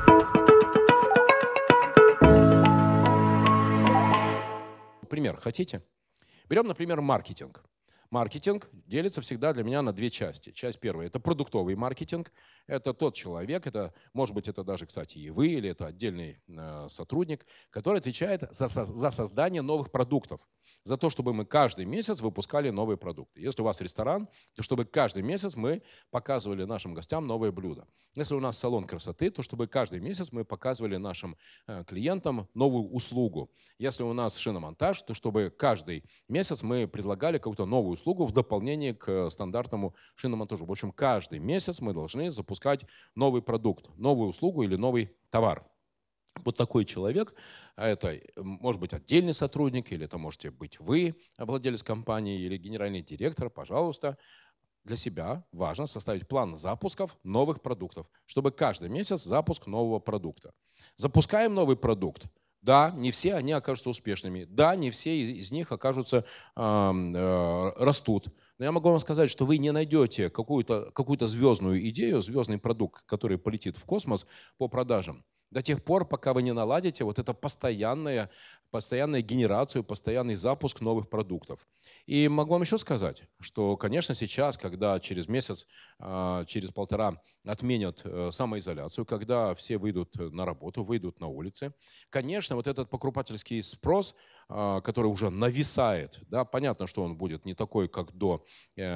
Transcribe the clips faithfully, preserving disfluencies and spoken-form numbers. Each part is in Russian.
Пример хотите? Берем, например, маркетинг. Маркетинг делится всегда для меня на две части. Часть первая – это продуктовый маркетинг. Это тот человек, это, может быть, это даже, кстати, и вы, или это отдельный э, сотрудник, который отвечает за, за создание новых продуктов. За то, чтобы мы каждый месяц выпускали новые продукты. Если у вас ресторан, то чтобы каждый месяц мы показывали нашим гостям новые блюда. Если у нас салон красоты, то чтобы каждый месяц мы показывали нашим э, клиентам новую услугу. Если у нас шиномонтаж, то чтобы каждый месяц мы предлагали какую-то новую услугу в дополнение к стандартному шиномонтажу. В общем, каждый месяц мы должны запускать новый продукт, новую услугу или новый товар. Вот такой человек, это может быть отдельный сотрудник, или это можете быть вы, владелец компании, или генеральный директор, пожалуйста. Для себя важно составить план запусков новых продуктов, чтобы каждый месяц запуск нового продукта. Запускаем новый продукт. Да, не все они окажутся успешными. Да, не все из них окажутся, э, э, растут. Но я могу вам сказать, что вы не найдете какую-то какую-то звездную идею, звездный продукт, который полетит в космос по продажам, до тех пор, пока вы не наладите вот это постоянное, постоянную генерацию, постоянный запуск новых продуктов. И могу вам еще сказать, что, конечно, сейчас, когда через месяц, через полтора отменят самоизоляцию, когда все выйдут на работу, выйдут на улицы, конечно, вот этот покупательский спрос, который уже нависает, да, понятно, что он будет не такой, как до,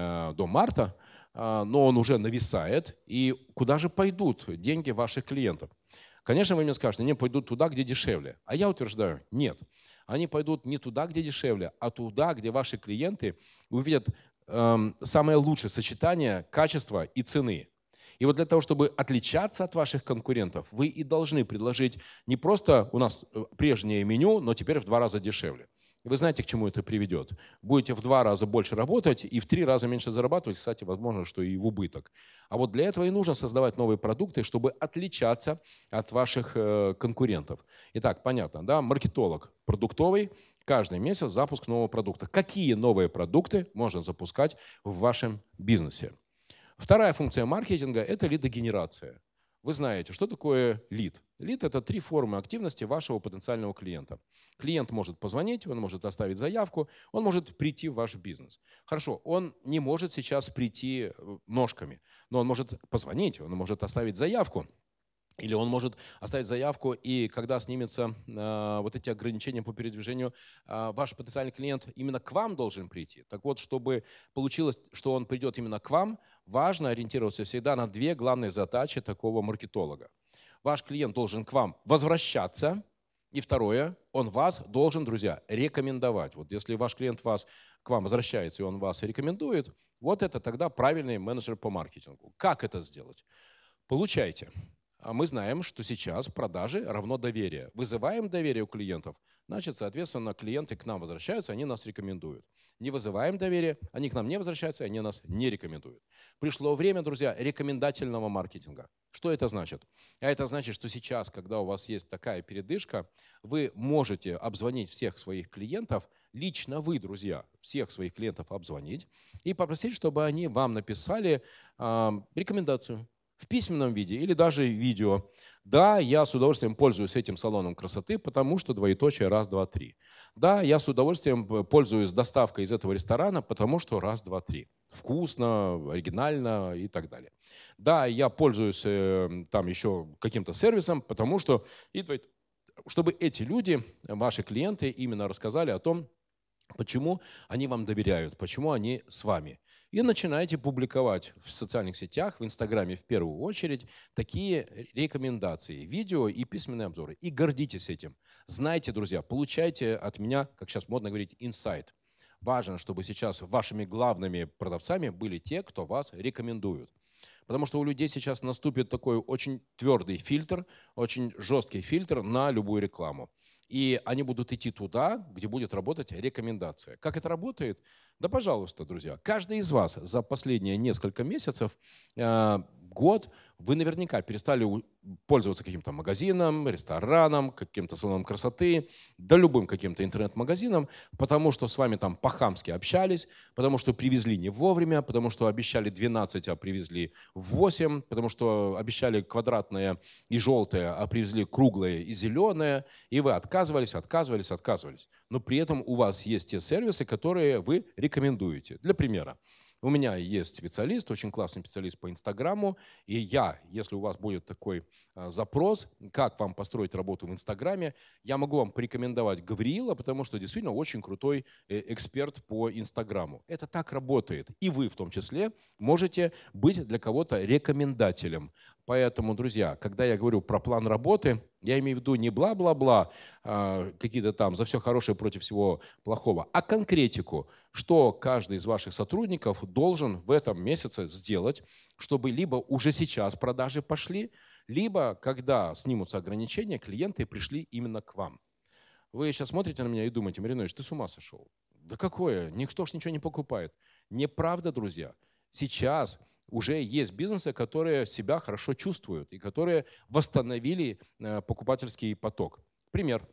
до марта, но он уже нависает. И куда же пойдут деньги ваших клиентов? Конечно, вы мне скажете, они пойдут туда, где дешевле. А я утверждаю, нет. Они пойдут не туда, где дешевле, а туда, где ваши клиенты увидят э, самое лучшее сочетание качества и цены. И вот для того, чтобы отличаться от ваших конкурентов, вы и должны предложить не просто у нас прежнее меню, но теперь в два раза дешевле. Вы знаете, к чему это приведет. Будете в два раза больше работать и в три раза меньше зарабатывать, кстати, возможно, что и в убыток. А вот для этого и нужно создавать новые продукты, чтобы отличаться от ваших конкурентов. Итак, понятно, да? Маркетолог продуктовый, каждый месяц запуск нового продукта. Какие новые продукты можно запускать в вашем бизнесе? Вторая функция маркетинга – это лидогенерация. Вы знаете, что такое лид? Лид – это три формы активности вашего потенциального клиента. Клиент может позвонить, он может оставить заявку, он может прийти в ваш бизнес. Хорошо, он не может сейчас прийти ножками, но он может позвонить, он может оставить заявку. Или он может оставить заявку, и когда снимется э, вот эти ограничения по передвижению, э, ваш потенциальный клиент именно к вам должен прийти. Так вот, чтобы получилось, что он придет именно к вам, важно ориентироваться всегда на две главные задачи такого маркетолога. Ваш клиент должен к вам возвращаться, и второе, он вас должен, друзья, рекомендовать. Вот если ваш клиент вас, к вам возвращается, и он вас рекомендует, вот это тогда правильный менеджер по маркетингу. Как это сделать? Получайте. А мы знаем, что сейчас продажи равно доверие. Вызываем доверие у клиентов, значит, соответственно, клиенты к нам возвращаются, они нас рекомендуют. Не вызываем доверие, они к нам не возвращаются, они нас не рекомендуют. Пришло время, друзья, рекомендательного маркетинга. Что это значит? А это значит, что сейчас, когда у вас есть такая передышка, вы можете обзвонить всех своих клиентов, лично вы, друзья, всех своих клиентов обзвонить и попросить, чтобы они вам написали э, рекомендацию. В письменном виде или даже видео. Да, я с удовольствием пользуюсь этим салоном красоты, потому что двоеточие раз, два, три. Да, я с удовольствием пользуюсь доставкой из этого ресторана, потому что раз, два, три. Вкусно, оригинально и так далее. Да, я пользуюсь э, там еще каким-то сервисом, потому что, и, чтобы эти люди, ваши клиенты, именно рассказали о том, почему они вам доверяют, почему они с вами. И начинаете публиковать в социальных сетях, в Инстаграме в первую очередь, такие рекомендации, видео и письменные обзоры. И гордитесь этим. Знайте, друзья, получайте от меня, как сейчас модно говорить, инсайт. Важно, чтобы сейчас вашими главными продавцами были те, кто вас рекомендует. Потому что у людей сейчас наступит такой очень твердый фильтр, очень жесткий фильтр на любую рекламу. И они будут идти туда, где будет работать рекомендация. Как это работает? Да, пожалуйста, друзья. Каждый из вас за последние несколько месяцев, э, год, вы наверняка перестали пользоваться каким-то магазином, рестораном, каким-то салоном красоты, да любым каким-то интернет-магазином, потому что с вами там по-хамски общались, потому что привезли не вовремя, потому что обещали двенадцать, а привезли восемь, потому что обещали квадратное и желтое, а привезли круглое и зеленое, и вы отказывались, отказывались, отказывались. Но при этом у вас есть те сервисы, которые вы рекомендуете. Для примера. У меня есть специалист, очень классный специалист по Инстаграму, и я, если у вас будет такой а, запрос, как вам построить работу в Инстаграме, я могу вам порекомендовать Гавриила, потому что действительно очень крутой э, эксперт по Инстаграму. Это так работает. И вы в том числе можете быть для кого-то рекомендателем. Поэтому, друзья, когда я говорю про план работы, я имею в виду не бла-бла-бла, а, какие-то там за все хорошее против всего плохого, а конкретику, что каждый из ваших сотрудников должен в этом месяце сделать, чтобы либо уже сейчас продажи пошли, либо, когда снимутся ограничения, клиенты пришли именно к вам. Вы сейчас смотрите на меня и думаете: Маринович, ты с ума сошел? Да какое? Никто ж ничего не покупает. Неправда, друзья. Сейчас уже есть бизнесы, которые себя хорошо чувствуют и которые восстановили покупательский поток. Пример.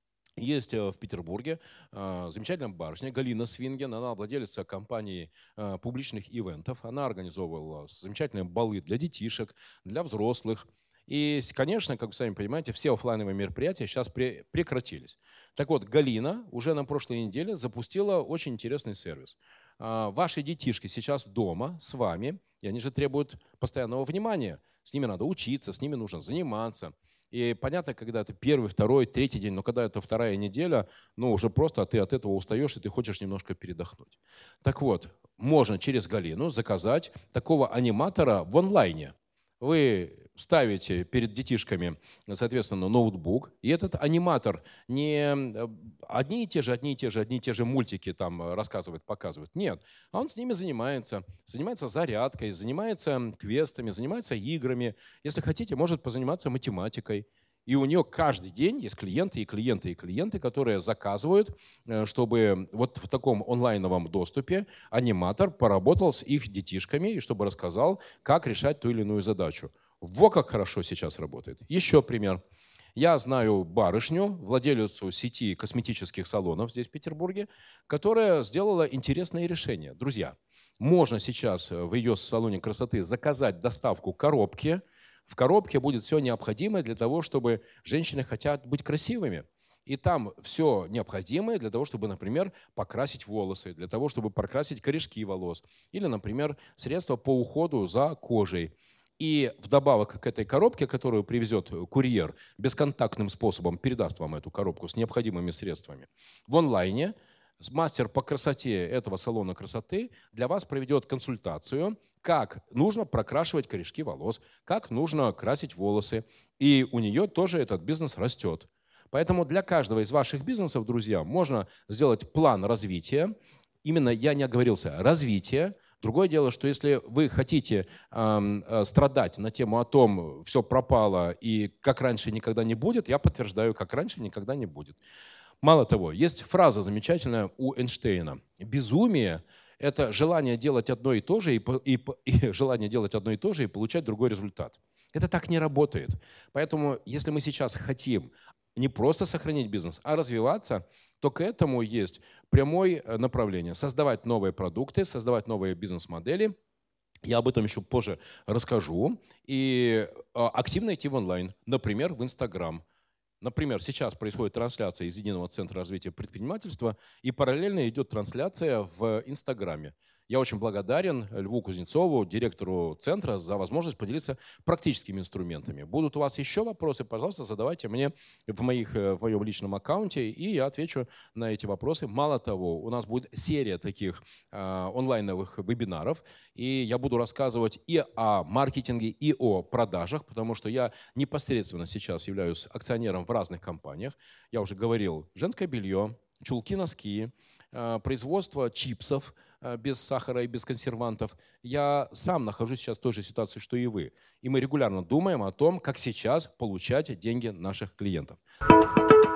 Есть в Петербурге замечательная барышня Галина Свинген. Она владелица компании публичных ивентов. Она организовывала замечательные балы для детишек, для взрослых. И, конечно, как вы сами понимаете, все офлайновые мероприятия сейчас прекратились. Так вот, Галина уже на прошлой неделе запустила очень интересный сервис. Ваши детишки сейчас дома с вами, и они же требуют постоянного внимания. С ними надо учиться, с ними нужно заниматься. И понятно, когда это первый, второй, третий день, но когда это вторая неделя, ну уже просто ты от этого устаешь, и ты хочешь немножко передохнуть. Так вот, можно через Галину заказать такого аниматора в онлайне. Вы ставите перед детишками, соответственно, ноутбук, и этот аниматор не одни и те же, одни и те же, одни и те же мультики там рассказывает, показывает. Нет, он с ними занимается. Занимается зарядкой, занимается квестами, занимается играми. Если хотите, может позаниматься математикой. И у нее каждый день есть клиенты и клиенты и клиенты, которые заказывают, чтобы вот в таком онлайновом доступе аниматор поработал с их детишками и чтобы рассказал, как решать ту или иную задачу. Во как хорошо сейчас работает. Еще пример. Я знаю барышню, владелицу сети косметических салонов здесь, в Петербурге, которая сделала интересное решение. Друзья, можно сейчас в ее салоне красоты заказать доставку коробки. В коробке будет все необходимое для того, чтобы женщины хотят быть красивыми. И там все необходимое для того, чтобы, например, покрасить волосы, для того, чтобы прокрасить корешки волос. Или, например, средства по уходу за кожей. И вдобавок к этой коробке, которую привезет курьер, бесконтактным способом передаст вам эту коробку с необходимыми средствами. В онлайне мастер по красоте этого салона красоты для вас проведет консультацию, как нужно прокрашивать корешки волос, как нужно красить волосы. И у нее тоже этот бизнес растет. Поэтому для каждого из ваших бизнесов, друзья, можно сделать план развития. Именно я не оговорился, развитие. Другое дело, что если вы хотите э, страдать на тему о том, все пропало и как раньше никогда не будет, я подтверждаю, как раньше никогда не будет. Мало того, есть фраза замечательная у Эйнштейна. Безумие – это желание делать одно и то же и, и, и желание делать одно и то же и получать другой результат. Это так не работает. Поэтому, если мы сейчас хотим не просто сохранить бизнес, а развиваться, то к этому есть прямое направление. Создавать новые продукты, создавать новые бизнес-модели. Я об этом еще позже расскажу. И активно идти в онлайн, например, в Инстаграм. Например, сейчас происходит трансляция из Единого центра развития предпринимательства, и параллельно идет трансляция в Инстаграме. Я очень благодарен Льву Кузнецову, директору центра, за возможность поделиться практическими инструментами. Будут у вас еще вопросы, пожалуйста, задавайте мне в, моих, в моем личном аккаунте, и я отвечу на эти вопросы. Мало того, у нас будет серия таких э, онлайновых вебинаров, и я буду рассказывать и о маркетинге, и о продажах, потому что я непосредственно сейчас являюсь акционером в разных компаниях. Я уже говорил, женское белье, чулки-носки, производство чипсов без сахара и без консервантов. Я сам нахожусь сейчас в той же ситуации, что и вы. И мы регулярно думаем о том, как сейчас получать деньги наших клиентов.